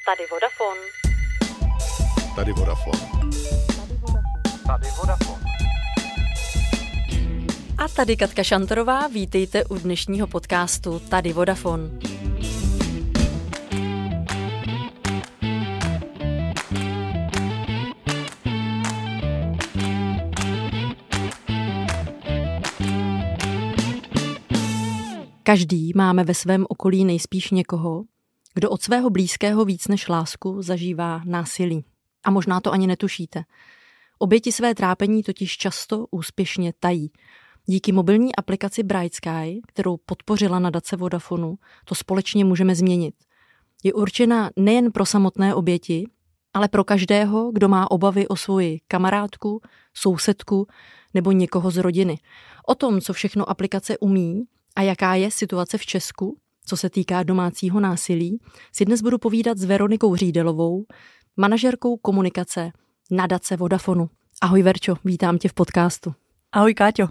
Tady Vodafone. Tady Vodafone. Tady Vodafone. A tady Katka Šantorová, vítejte u dnešního podcastu Tady Vodafone. Každý máme ve svém okolí nejspíš někoho, kdo od svého blízkého víc než lásku zažívá násilí. A možná to ani netušíte. Oběti své trápení totiž často úspěšně tají. Díky mobilní aplikaci Bright Sky, kterou podpořila nadace Vodafonu, to společně můžeme změnit. Je určena nejen pro samotné oběti, ale pro každého, kdo má obavy o svoji kamarádku, sousedku nebo někoho z rodiny. O tom, co všechno aplikace umí a jaká je situace v Česku, co se týká domácího násilí, si dnes budu povídat s Veronikou Řídelovou, manažerkou komunikace nadace Vodafonu. Ahoj Verčo, vítám tě v podcastu. Ahoj Káťo.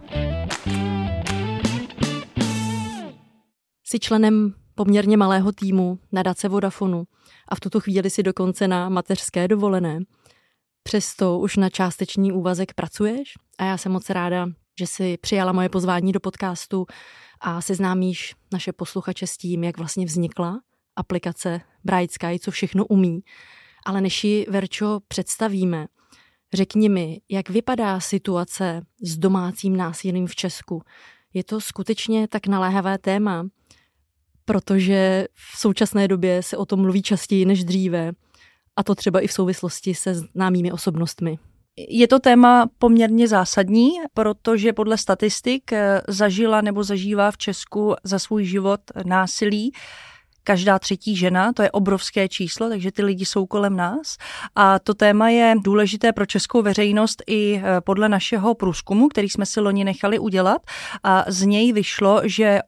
Jsi členem poměrně malého týmu nadace Vodafonu a v tuto chvíli si dokonce na mateřské dovolené. Přesto už na částečný úvazek pracuješ a já jsem moc ráda, že jsi přijala moje pozvání do podcastu a seznámíš naše posluchače s tím, jak vlastně vznikla aplikace Bright Sky, co všechno umí. Ale než ji, Verčo, představíme, řekni mi, jak vypadá situace s domácím násilím v Česku. Je to skutečně tak naléhavé téma, protože v současné době se o tom mluví častěji než dříve, a to třeba i v souvislosti se známými osobnostmi. Je to téma poměrně zásadní, protože podle statistik zažila nebo zažívá v Česku za svůj život násilí každá třetí žena, to je obrovské číslo, takže ty lidi jsou kolem nás. A to téma je důležité pro českou veřejnost i podle našeho průzkumu, který jsme si loni nechali udělat. A z něj vyšlo, že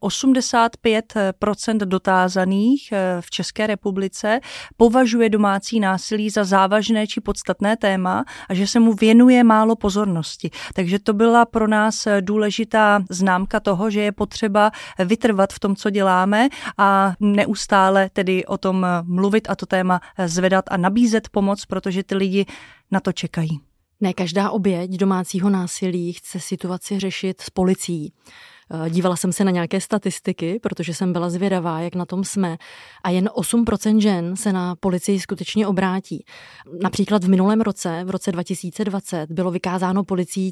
85% dotázaných v České republice považuje domácí násilí za závažné či podstatné téma a že se mu věnuje málo pozornosti. Takže to byla pro nás důležitá známka toho, že je potřeba vytrvat v tom, co děláme a neustále tedy o tom mluvit a to téma zvedat a nabízet pomoc, protože ty lidi na to čekají. Ne každá oběť domácího násilí chce situaci řešit s policií. Dívala jsem se na nějaké statistiky, protože jsem byla zvědavá, jak na tom jsme. A jen 8% žen se na policii skutečně obrátí. Například v minulém roce, v roce 2020, bylo vykázáno policií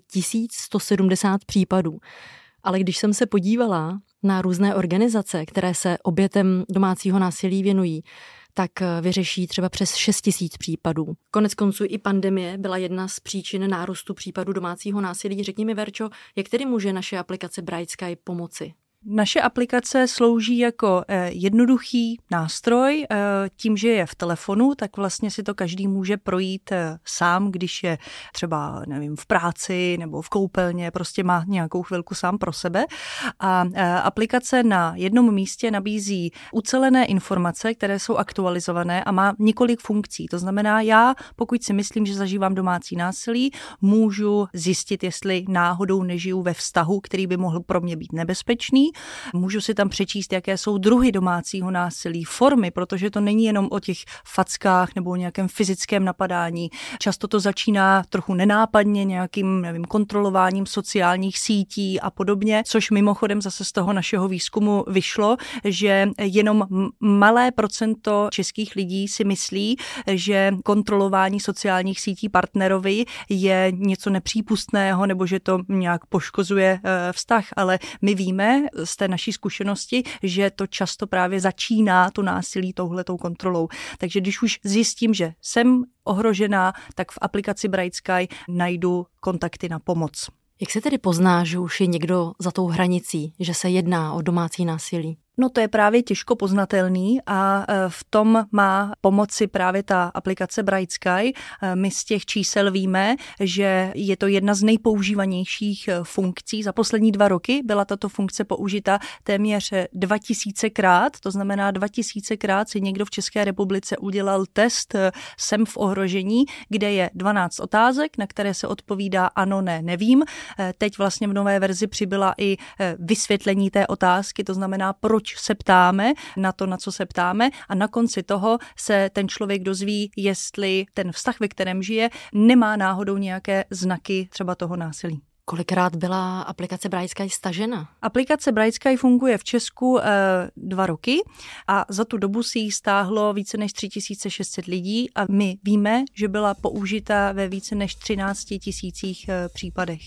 1170 případů. Ale když jsem se podívala na různé organizace, které se obětem domácího násilí věnují, tak vyřeší třeba přes 6 000 případů. Koneckonců i pandemie byla jedna z příčin nárůstu případů domácího násilí. Řekni mi, Verčo, jak tedy může naše aplikace Bright Sky pomoci? Naše aplikace slouží jako jednoduchý nástroj. Tím, že je v telefonu, tak vlastně si to každý může projít sám, když je třeba, nevím, v práci nebo v koupelně, prostě má nějakou chvilku sám pro sebe. A aplikace na jednom místě nabízí ucelené informace, které jsou aktualizované a má několik funkcí. To znamená, já, pokud si myslím, že zažívám domácí násilí, můžu zjistit, jestli náhodou nežiju ve vztahu, který by mohl pro mě být nebezpečný. Můžu si tam přečíst, jaké jsou druhy domácího násilí, formy, protože to není jenom o těch fackách nebo o nějakém fyzickém napadání. Často to začíná trochu nenápadně nějakým, nevím, kontrolováním sociálních sítí a podobně, což mimochodem zase z toho našeho výzkumu vyšlo, že jenom malé procento českých lidí si myslí, že kontrolování sociálních sítí partnerovi je něco nepřípustného nebo že to nějak poškozuje vztah, ale my víme z té naší zkušenosti, že to často právě začíná to násilí touhletou kontrolou. Takže když už zjistím, že jsem ohrožená, tak v aplikaci Bright Sky najdu kontakty na pomoc. Jak se tedy pozná, že už je někdo za tou hranicí, že se jedná o domácí násilí? No to je právě těžko poznatelný a v tom má pomoci právě ta aplikace Bright Sky. My z těch čísel víme, že je to jedna z nejpoužívanějších funkcí. Za poslední 2 roky byla tato funkce použita téměř 2000krát, to znamená 2000krát si někdo v České republice udělal test Jsem v ohrožení, kde je 12 otázek, na které se odpovídá ano, ne, nevím. Teď vlastně v nové verzi přibyla i vysvětlení té otázky, to znamená, proč proč se ptáme na to, na co se ptáme, a na konci toho se ten člověk dozví, jestli ten vztah, ve kterém žije, nemá náhodou nějaké znaky třeba toho násilí. Kolikrát byla aplikace BrightSky stažena? Aplikace BrightSky funguje v Česku 2 roky a za tu dobu si ji stáhlo více než 3600 lidí a my víme, že byla použita ve více než 13 000 případech.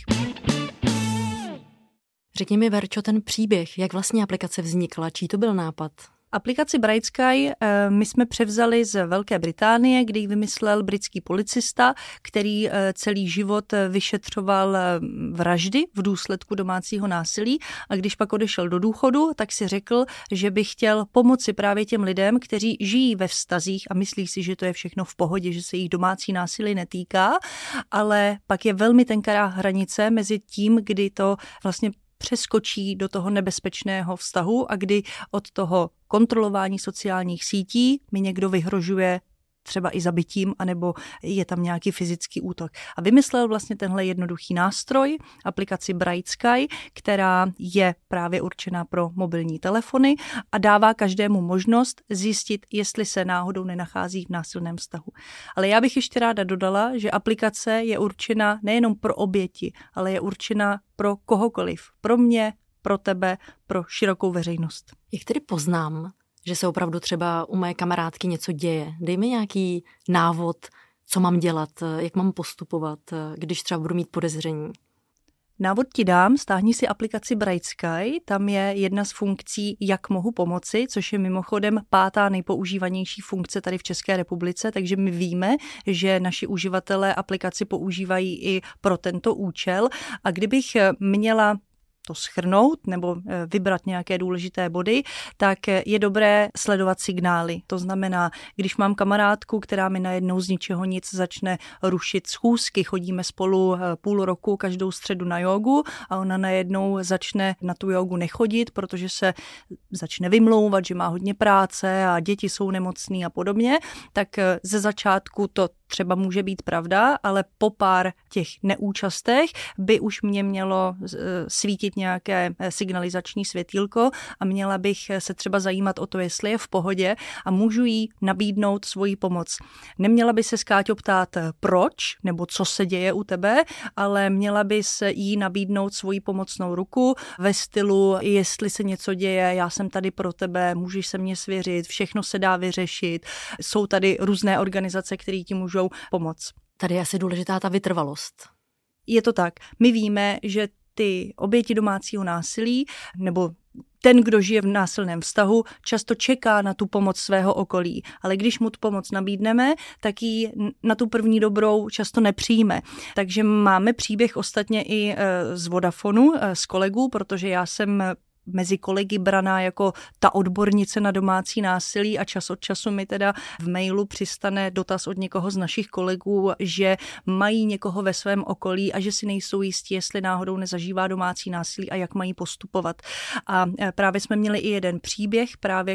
Řekni mi, Verčo, ten příběh, jak vlastně aplikace vznikla, čí to byl nápad? Aplikaci BrightSky my jsme převzali z Velké Británie, kde ji vymyslel britský policista, který celý život vyšetřoval vraždy v důsledku domácího násilí, a když pak odešel do důchodu, tak si řekl, že by chtěl pomoci právě těm lidem, kteří žijí ve vztazích a myslí si, že to je všechno v pohodě, že se jich domácí násilí netýká, ale pak je velmi tenká hranice mezi tím, kdy to vlastně přeskočí do toho nebezpečného vztahu a kdy od toho kontrolování sociálních sítí mi někdo vyhrožuje třeba i zabitím, anebo je tam nějaký fyzický útok. A vymyslel vlastně tenhle jednoduchý nástroj, aplikaci BrightSky, která je právě určená pro mobilní telefony a dává každému možnost zjistit, jestli se náhodou nenachází v násilném vztahu. Ale já bych ještě ráda dodala, že aplikace je určena nejenom pro oběti, ale je určena pro kohokoliv. Pro mě, pro tebe, pro širokou veřejnost. Jak tedy poznám, že se opravdu třeba u mé kamarádky něco děje? Dej mi nějaký návod, co mám dělat, jak mám postupovat, když třeba budu mít podezření. Návod ti dám, stáhni si aplikaci BrightSky, tam je jedna z funkcí, jak mohu pomoci, což je mimochodem 5. nejpoužívanější funkce tady v České republice, takže my víme, že naši uživatelé aplikaci používají i pro tento účel. A kdybych měla to shrnout nebo vybrat nějaké důležité body, tak je dobré sledovat signály. To znamená, když mám kamarádku, která mi najednou z ničeho nic začne rušit schůzky, chodíme spolu půl roku každou středu na jógu a ona najednou začne na tu jógu nechodit, protože se začne vymlouvat, že má hodně práce a děti jsou nemocný a podobně, tak ze začátku to třeba může být pravda, ale po pár těch neúčastech by už mě mělo svítit nějaké signalizační světýlko a měla bych se třeba zajímat o to, jestli je v pohodě a můžu jí nabídnout svoji pomoc. Neměla by se Skáťo ptát proč nebo co se děje u tebe, ale měla by se jí nabídnout svoji pomocnou ruku ve stylu, jestli se něco děje, já jsem tady pro tebe, můžeš se mně svěřit, všechno se dá vyřešit. Jsou tady různé organizace, které ti můžou pomoct. Tady je asi důležitá ta vytrvalost. Je to tak. My víme, že ty oběti domácího násilí nebo ten, kdo žije v násilném vztahu, často čeká na tu pomoc svého okolí. Ale když mu tu pomoc nabídneme, tak ji na tu první dobrou často nepřijme. Takže máme příběh ostatně i z Vodafonu, z kolegů, protože já jsem mezi kolegy braná jako ta odbornice na domácí násilí a čas od času mi teda v mailu přistane dotaz od někoho z našich kolegů, že mají někoho ve svém okolí a že si nejsou jistí, jestli náhodou nezažívá domácí násilí a jak mají postupovat. A právě jsme měli i jeden příběh, právě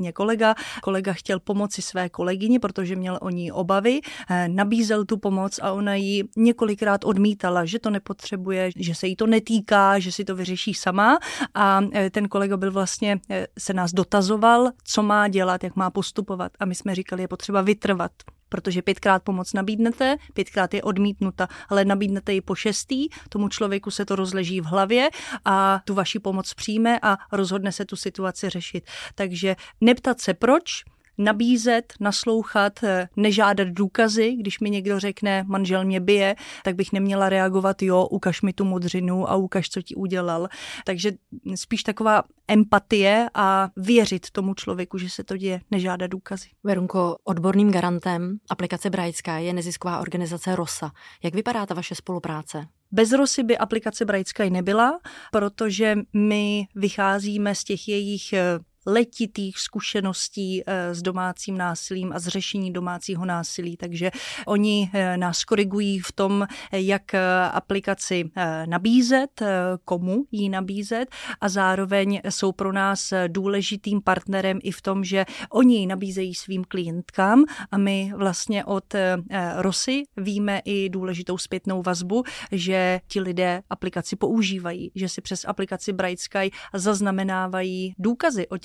kolega chtěl pomoci své kolegyni, protože měl o ní obavy, nabízel tu pomoc a ona ji několikrát odmítala, že to nepotřebuje, že se jí to netýká, že si to vyřeší sama a ten kolega byl vlastně, se nás dotazoval, co má dělat, jak má postupovat a my jsme říkali, je potřeba vytrvat, protože 5krát pomoc nabídnete, 5krát je odmítnuta, ale nabídnete ji po 6, tomu člověku se to rozleží v hlavě a tu vaši pomoc přijme a rozhodne se tu situaci řešit. Takže neptat se proč, nabízet, naslouchat, nežádat důkazy. Když mi někdo řekne, manžel mě bije, tak bych neměla reagovat, jo, ukaž mi tu modřinu a ukaž, co ti udělal. Takže spíš taková empatie a věřit tomu člověku, že se to děje, nežádat důkazy. Verunko, odborným garantem aplikace BrightSky je nezisková organizace ROSA. Jak vypadá ta vaše spolupráce? Bez ROSy by aplikace BrightSky nebyla, protože my vycházíme z těch jejich letitých zkušeností s domácím násilím a s řešení domácího násilí. Takže oni nás korigují v tom, jak aplikaci nabízet, komu ji nabízet a zároveň jsou pro nás důležitým partnerem i v tom, že oni ji nabízejí svým klientkám a my vlastně od ROSy víme i důležitou zpětnou vazbu, že ti lidé aplikaci používají, že si přes aplikaci BrightSky zaznamenávají důkazy o těch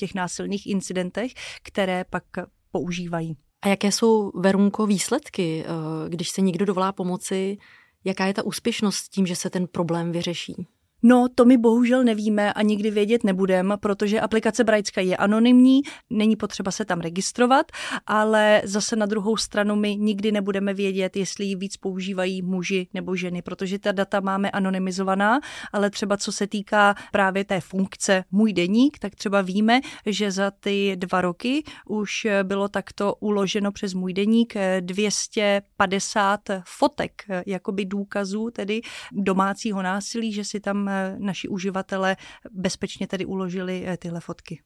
těch násilných incidentech, které pak používají. A jaké jsou, Verunko, výsledky, když se někdo dovolá pomoci? Jaká je ta úspěšnost tím, že se ten problém vyřeší? No, to my bohužel nevíme a nikdy vědět nebudeme, protože aplikace Brightsky je anonymní, není potřeba se tam registrovat, ale zase na druhou stranu my nikdy nebudeme vědět, jestli ji víc používají muži nebo ženy, protože ta data máme anonymizovaná, ale třeba co se týká právě té funkce Můj deník, tak třeba víme, že za ty 2 roky už bylo takto uloženo přes Můj deník 250 fotek, jakoby důkazů tedy domácího násilí, že si tam naši uživatelé bezpečně tedy uložili tyhle fotky.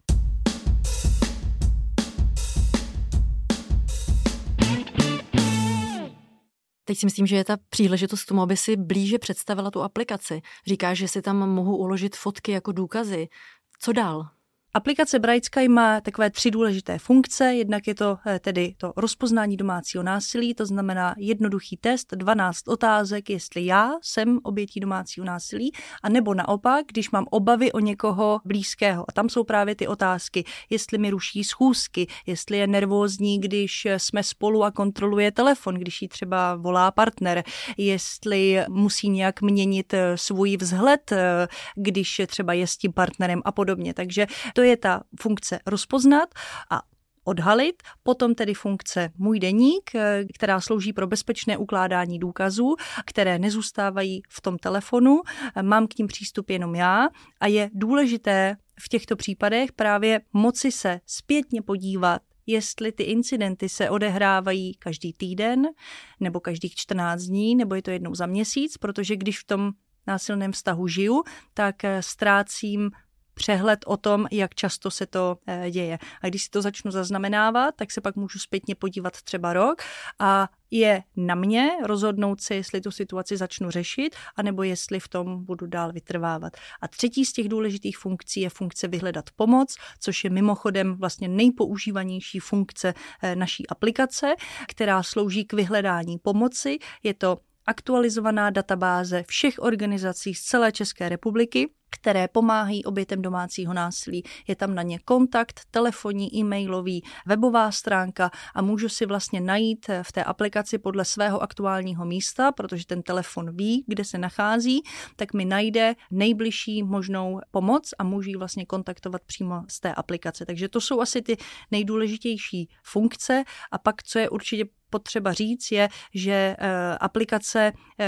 Teď si myslím, že je ta příležitost k tomu, aby si blíže představila tu aplikaci. Říkáš, že si tam mohu uložit fotky jako důkazy. Co dál? Aplikace Brightsky má takové 3 důležité funkce. Jednak je to tedy to rozpoznání domácího násilí, to znamená jednoduchý test, 12 otázek, jestli já jsem obětí domácího násilí, a nebo naopak, když mám obavy o někoho blízkého. A tam jsou právě ty otázky, jestli mi ruší schůzky, jestli je nervózní, když jsme spolu a kontroluje telefon, když jí třeba volá partner, jestli musí nějak měnit svůj vzhled, když třeba je s tím partnerem a podobně. Takže to je ta funkce rozpoznat a odhalit, potom tedy funkce Můj deník, která slouží pro bezpečné ukládání důkazů, které nezůstávají v tom telefonu, mám k ním přístup jenom já a je důležité v těchto případech právě moci se zpětně podívat, jestli ty incidenty se odehrávají každý týden nebo každých 14 dní, nebo je to jednou za měsíc, protože když v tom násilném vztahu žiju, tak ztrácím přehled o tom, jak často se to děje. A když si to začnu zaznamenávat, tak se pak můžu zpětně podívat třeba rok a je na mě rozhodnout se, jestli tu situaci začnu řešit, anebo jestli v tom budu dál vytrvávat. A třetí z těch důležitých funkcí je funkce vyhledat pomoc, což je mimochodem vlastně nejpoužívanější funkce naší aplikace, která slouží k vyhledání pomoci. Je to aktualizovaná databáze všech organizací z celé České republiky, které pomáhají obětem domácího násilí. Je tam na ně kontakt, telefonní, e-mailový, webová stránka a můžu si vlastně najít v té aplikaci podle svého aktuálního místa, protože ten telefon ví, kde se nachází, tak mi najde nejbližší možnou pomoc a můžu ji vlastně kontaktovat přímo z té aplikace. Takže to jsou asi ty nejdůležitější funkce a pak, co je určitě potřeba říct, je, že aplikace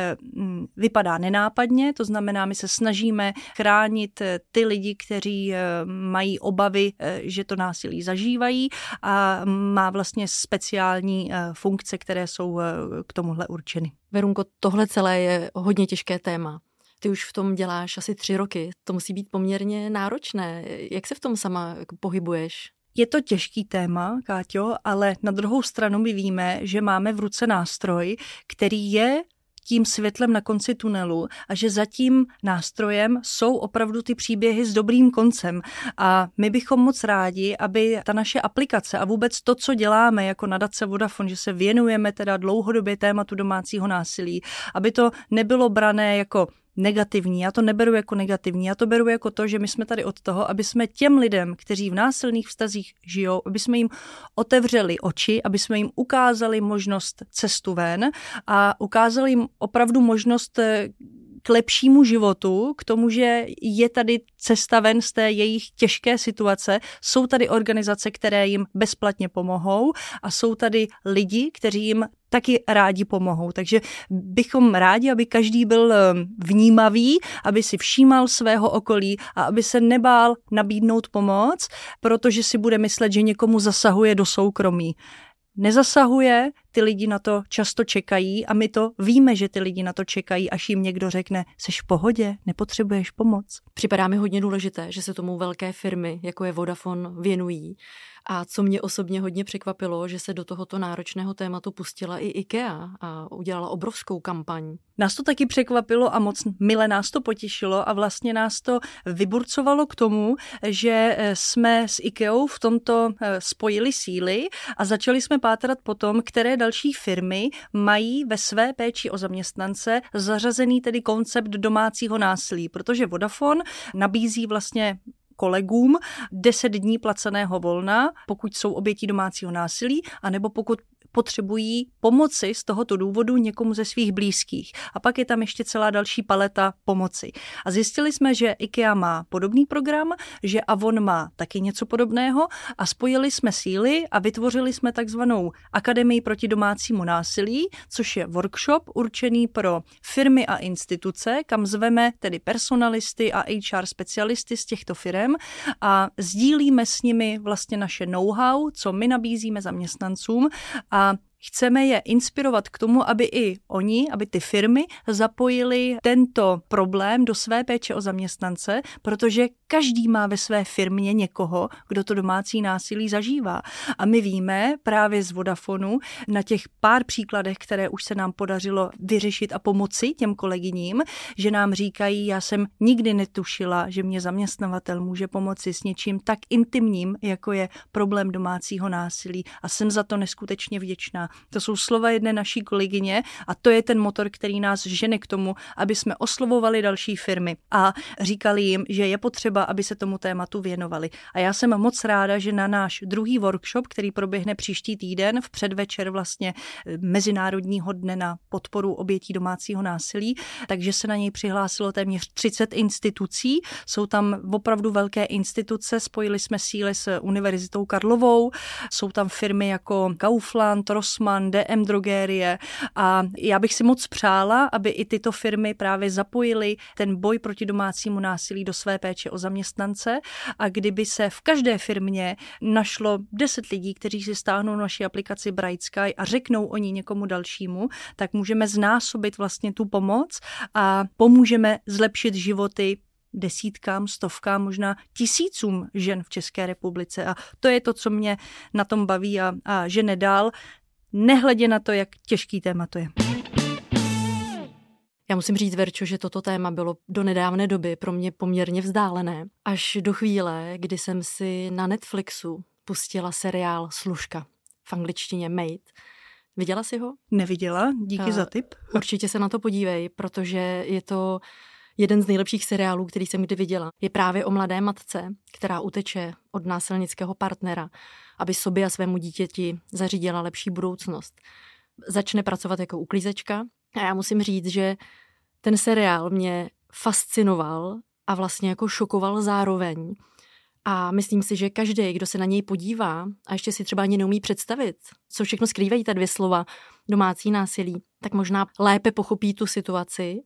vypadá nenápadně, to znamená, my se snažíme chránit ty lidi, kteří mají obavy, že to násilí zažívají a má vlastně speciální funkce, které jsou k tomuhle určeny. Verunko, tohle celé je hodně těžké téma. Ty už v tom děláš asi 3 roky. To musí být poměrně náročné. Jak se v tom sama pohybuješ? Je to těžký téma, Káťo, ale na druhou stranu my víme, že máme v ruce nástroj, který je tím světlem na konci tunelu a že za tím nástrojem jsou opravdu ty příběhy s dobrým koncem. A my bychom moc rádi, aby ta naše aplikace a vůbec to, co děláme jako nadace Vodafone, že se věnujeme teda dlouhodobě tématu domácího násilí, aby to nebylo brané jako negativní. Já to neberu jako negativní, já to beru jako to, že my jsme tady od toho, aby jsme těm lidem, kteří v násilných vztazích žijou, aby jsme jim otevřeli oči, aby jsme jim ukázali možnost cestu ven a ukázali jim opravdu možnost k lepšímu životu, k tomu, že je tady cesta ven z té jejich těžké situace. Jsou tady organizace, které jim bezplatně pomohou a jsou tady lidi, kteří jim taky rádi pomohou. Takže bychom rádi, aby každý byl vnímavý, aby si všímal svého okolí a aby se nebál nabídnout pomoc, protože si bude myslet, že někomu zasahuje do soukromí. Nezasahuje, ty lidi na to často čekají a my to víme, že ty lidi na to čekají, až jim někdo řekne, seš v pohodě, nepotřebuješ pomoc. Připadá mi hodně důležité, že se tomu velké firmy, jako je Vodafone, věnují. A co mě osobně hodně překvapilo, že se do tohoto náročného tématu pustila i IKEA a udělala obrovskou kampaň. Nás to taky překvapilo a moc mile nás to potěšilo a vlastně nás to vyburcovalo k tomu, že jsme s IKEAou v tomto spojili síly a začali jsme pátrat po tom, které další firmy mají ve své péči o zaměstnance zařazený tedy koncept domácího násilí, protože Vodafone nabízí vlastně kolegům 10 dní placeného volna, pokud jsou obětí domácího násilí, anebo pokud potřebují pomoci z tohoto důvodu někomu ze svých blízkých. A pak je tam ještě celá další paleta pomoci. A zjistili jsme, že IKEA má podobný program, že Avon má taky něco podobného a spojili jsme síly a vytvořili jsme takzvanou Akademii proti domácímu násilí, což je workshop určený pro firmy a instituce, kam zveme tedy personalisty a HR specialisty z těchto firm a sdílíme s nimi vlastně naše know-how, co my nabízíme zaměstnancům a chceme je inspirovat k tomu, aby i oni, aby ty firmy zapojili tento problém do své péče o zaměstnance, protože každý má ve své firmě někoho, kdo to domácí násilí zažívá. A my víme právě z Vodafonu na těch pár příkladech, které už se nám podařilo vyřešit a pomoci těm kolegyním, že nám říkají, já jsem nikdy netušila, že mě zaměstnavatel může pomoci s něčím tak intimním, jako je problém domácího násilí a jsem za to neskutečně vděčná. To jsou slova jedné naší kolegyně a to je ten motor, který nás žene k tomu, aby jsme oslovovali další firmy a říkali jim, že je potřeba, aby se tomu tématu věnovali. A já jsem moc ráda, že na náš druhý workshop, který proběhne příští týden v předvečer vlastně Mezinárodního dne na podporu obětí domácího násilí, takže se na něj přihlásilo téměř 30 institucí. Jsou tam opravdu velké instituce, spojili jsme síly s Univerzitou Karlovou, jsou tam firmy jako Kaufland, Rossmann, DM Drogerie a já bych si moc přála, aby i tyto firmy právě zapojily ten boj proti domácímu násilí do své péče o zaměstnance a kdyby se v každé firmě našlo 10 lidí, kteří si stáhnou naši aplikaci Bright Sky a řeknou o ní někomu dalšímu, tak můžeme znásobit vlastně tu pomoc a pomůžeme zlepšit životy desítkám, stovkám, možná tisícům žen v České republice. A to je to, co mě na tom baví a žene dál, nehledě na to, jak těžký téma to je. Já musím říct, Verčo, že toto téma bylo do nedávné doby pro mě poměrně vzdálené. Až do chvíle, kdy jsem si na Netflixu pustila seriál Služka, v angličtině Maid. Viděla jsi ho? Neviděla, díky za tip. Určitě se na to podívej, protože je to jeden z nejlepších seriálů, který jsem kdy viděla. Je právě o mladé matce, která uteče od násilnického partnera, aby sobě a svému dítěti zařídila lepší budoucnost. Začne pracovat jako uklízečka a já musím říct, že ten seriál mě fascinoval a vlastně jako šokoval zároveň. A myslím si, že každý, kdo se na něj podívá a ještě si třeba ani neumí představit, co všechno skrývají ta dvě slova domácí násilí, tak možná lépe pochopí tu situaci.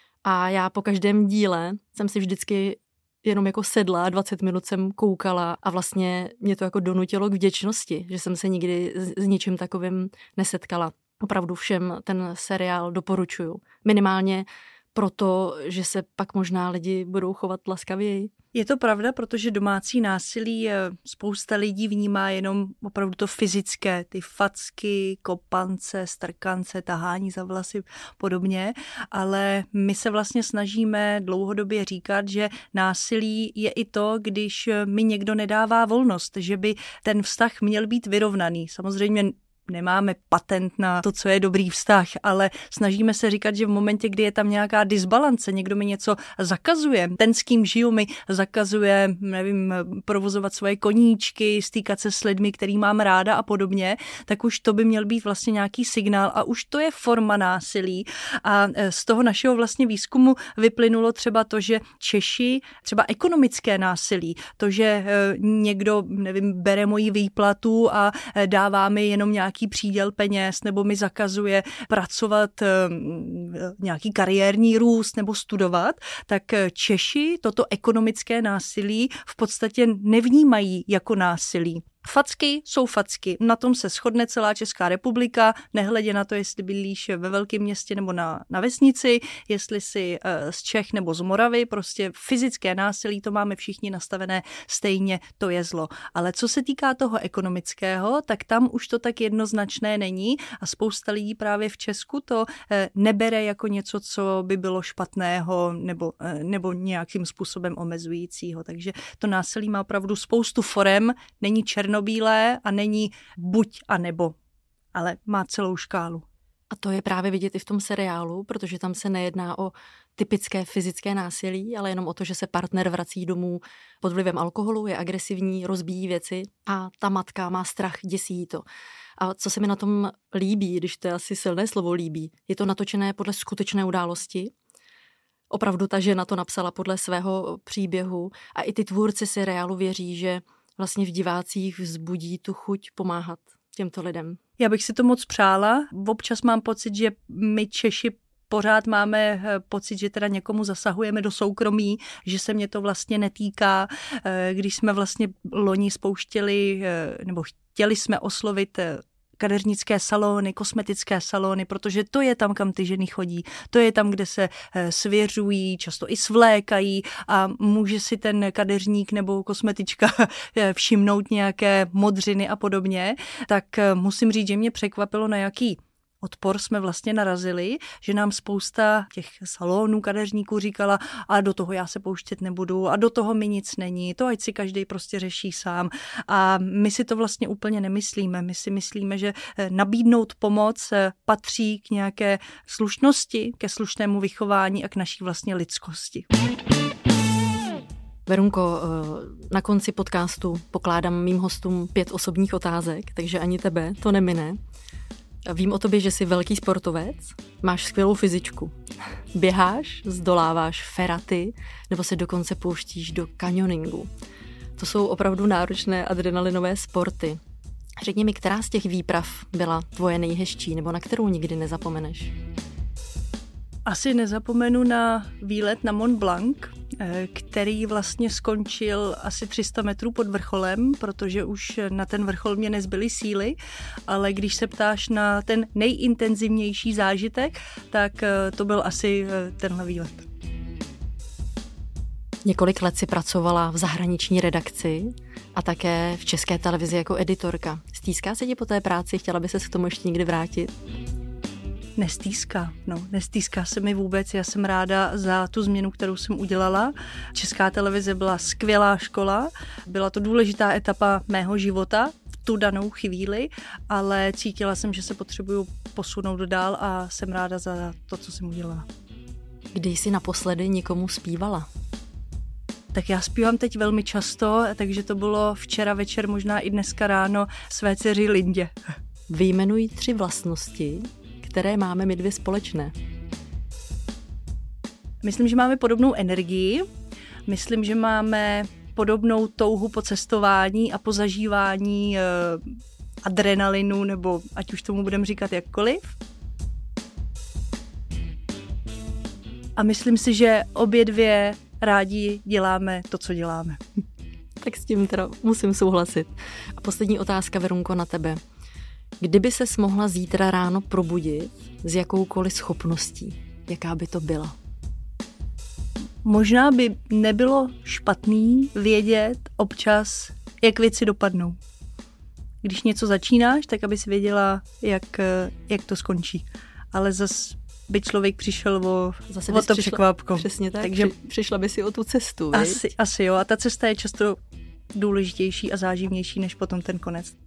A já po každém díle jsem si vždycky jenom jako sedla, 20 minut jsem koukala a vlastně mě to jako donutilo k vděčnosti, že jsem se nikdy s ničím takovým nesetkala. Opravdu všem ten seriál doporučuju. Minimálně proto, že se pak možná lidi budou chovat laskavěji. Je to pravda, protože domácí násilí spousta lidí vnímá jenom opravdu to fyzické, ty facky, kopance, strkance, tahání za vlasy, podobně, ale my se vlastně snažíme dlouhodobě říkat, že násilí je i to, když mi někdo nedává volnost, že by ten vztah měl být vyrovnaný. Samozřejmě nemáme patent na to, co je dobrý vztah, ale snažíme se říkat, že v momentě, kdy je tam nějaká disbalance, někdo mi něco zakazuje, ten, s kým žiju, mi zakazuje, nevím, provozovat svoje koníčky, stýkat se s lidmi, který mám ráda a podobně, tak už to by měl být vlastně nějaký signál a už to je forma násilí. A z toho našeho vlastně výzkumu vyplynulo třeba to, že Češi, třeba ekonomické násilí, to, že někdo, nevím, bere moji výplatu a dává mi jenom nějaký příděl peněz nebo mi zakazuje pracovat, nějaký kariérní růst nebo studovat, tak Češi toto ekonomické násilí v podstatě nevnímají jako násilí. Facky jsou facky. Na tom se shodne celá Česká republika, nehledě na to, jestli bydlíš ve velkém městě nebo na vesnici, jestli jsi z Čech nebo z Moravy, prostě fyzické násilí, to máme všichni nastavené stejně, to je zlo. Ale co se týká toho ekonomického, tak tam už to tak jednoznačné není a spousta lidí právě v Česku to nebere jako něco, co by bylo špatného nebo nějakým způsobem omezujícího. Takže to násilí má opravdu spoustu forem, není černobílé a není buď a nebo, ale má celou škálu. A to je právě vidět i v tom seriálu, protože tam se nejedná o typické fyzické násilí, ale jenom o to, že se partner vrací domů pod vlivem alkoholu, je agresivní, rozbíjí věci a ta matka má strach, děsí jí to. A co se mi na tom líbí, když to je asi silné slovo líbí, je to natočené podle skutečné události. Opravdu ta žena to napsala podle svého příběhu a i ty tvůrci seriálu věří, že vlastně v divácích vzbudí tu chuť pomáhat těmto lidem. Já bych si to moc přála. Občas mám pocit, že my Češi pořád máme pocit, že teda někomu zasahujeme do soukromí, že se mě to vlastně netýká. Když jsme vlastně loni spouštěli, nebo chtěli jsme oslovit kadeřnické salony, kosmetické salony, protože to je tam, kam ty ženy chodí. To je tam, kde se svěřují, často i svlékají a může si ten kadeřník nebo kosmetička všimnout nějaké modřiny a podobně. Tak musím říct, že mě překvapilo, na jaký odpor jsme vlastně narazili, že nám spousta těch salonů, kadeřníků říkala, a do toho já se pouštět nebudu a do toho mi nic není, to ať si každý prostě řeší sám. A my si to vlastně úplně nemyslíme. My si myslíme, že nabídnout pomoc patří k nějaké slušnosti, ke slušnému vychování a k naší vlastně lidskosti. Verunko, na konci podcastu pokládám mým hostům 5 osobních otázek, takže ani tebe to nemine. Vím o tobě, že jsi velký sportovec, máš skvělou fyzičku. Běháš, zdoláváš feraty, nebo se dokonce pouštíš do kanioningu. To jsou opravdu náročné adrenalinové sporty. Řekni mi, která z těch výprav byla tvoje nejhezčí, nebo na kterou nikdy nezapomeneš? Asi nezapomenu na výlet na Mont Blanc, který vlastně skončil asi 300 metrů pod vrcholem, protože už na ten vrchol mě nezbyly síly, ale když se ptáš na ten nejintenzivnější zážitek, tak to byl asi tenhle výlet. Několik let si pracovala v zahraniční redakci a také v České televizi jako editorka. Stýská se ti po té práci? Chtěla by ses k tomu ještě někdy vrátit? Nestýská se mi vůbec. Já jsem ráda za tu změnu, kterou jsem udělala. Česká televize byla skvělá škola, byla to důležitá etapa mého života v tu danou chvíli, ale cítila jsem, že se potřebuju posunout dál a jsem ráda za to, co jsem udělala. Kdy jsi naposledy někomu zpívala? Tak já zpívám teď velmi často, takže to bylo včera večer, možná i dneska ráno své dceři Lindě. Vyjmenuj 3 vlastnosti, které máme my 2 společné. Myslím, že máme podobnou energii, myslím, že máme podobnou touhu po cestování a po zažívání adrenalinu, nebo ať už tomu budeme říkat jakkoliv. A myslím si, že obě 2 rádi děláme to, co děláme. Tak s tím teda musím souhlasit. A poslední otázka, Verunko, na tebe. Kdyby ses mohla zítra ráno probudit s jakoukoliv schopností, jaká by to byla? Možná by nebylo špatný vědět občas, jak věci dopadnou. Když něco začínáš, tak aby si věděla, jak to skončí. Ale zas by člověk přišel o to překvapko. Přesně tak, takže přišla by si o tu cestu. Asi jo, a ta cesta je často důležitější a záživnější než potom ten konec.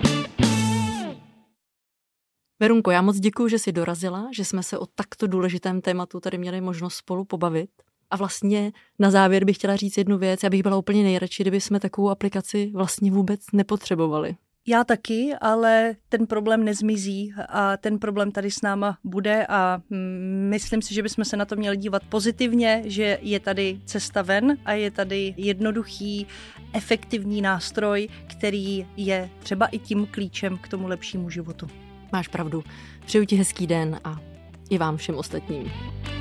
Verunko, já moc děkuju, že jsi dorazila, že jsme se o takto důležitém tématu tady měli možnost spolu pobavit. A vlastně na závěr bych chtěla říct jednu věc, já bych byla úplně nejradši, kdyby jsme takovou aplikaci vlastně vůbec nepotřebovali. Já taky, ale ten problém nezmizí a ten problém tady s náma bude a myslím si, že bychom se na to měli dívat pozitivně, že je tady cesta ven a je tady jednoduchý, efektivní nástroj, který je třeba i tím klíčem k tomu lepšímu životu. Máš pravdu. Přeju ti hezký den a i vám všem ostatním.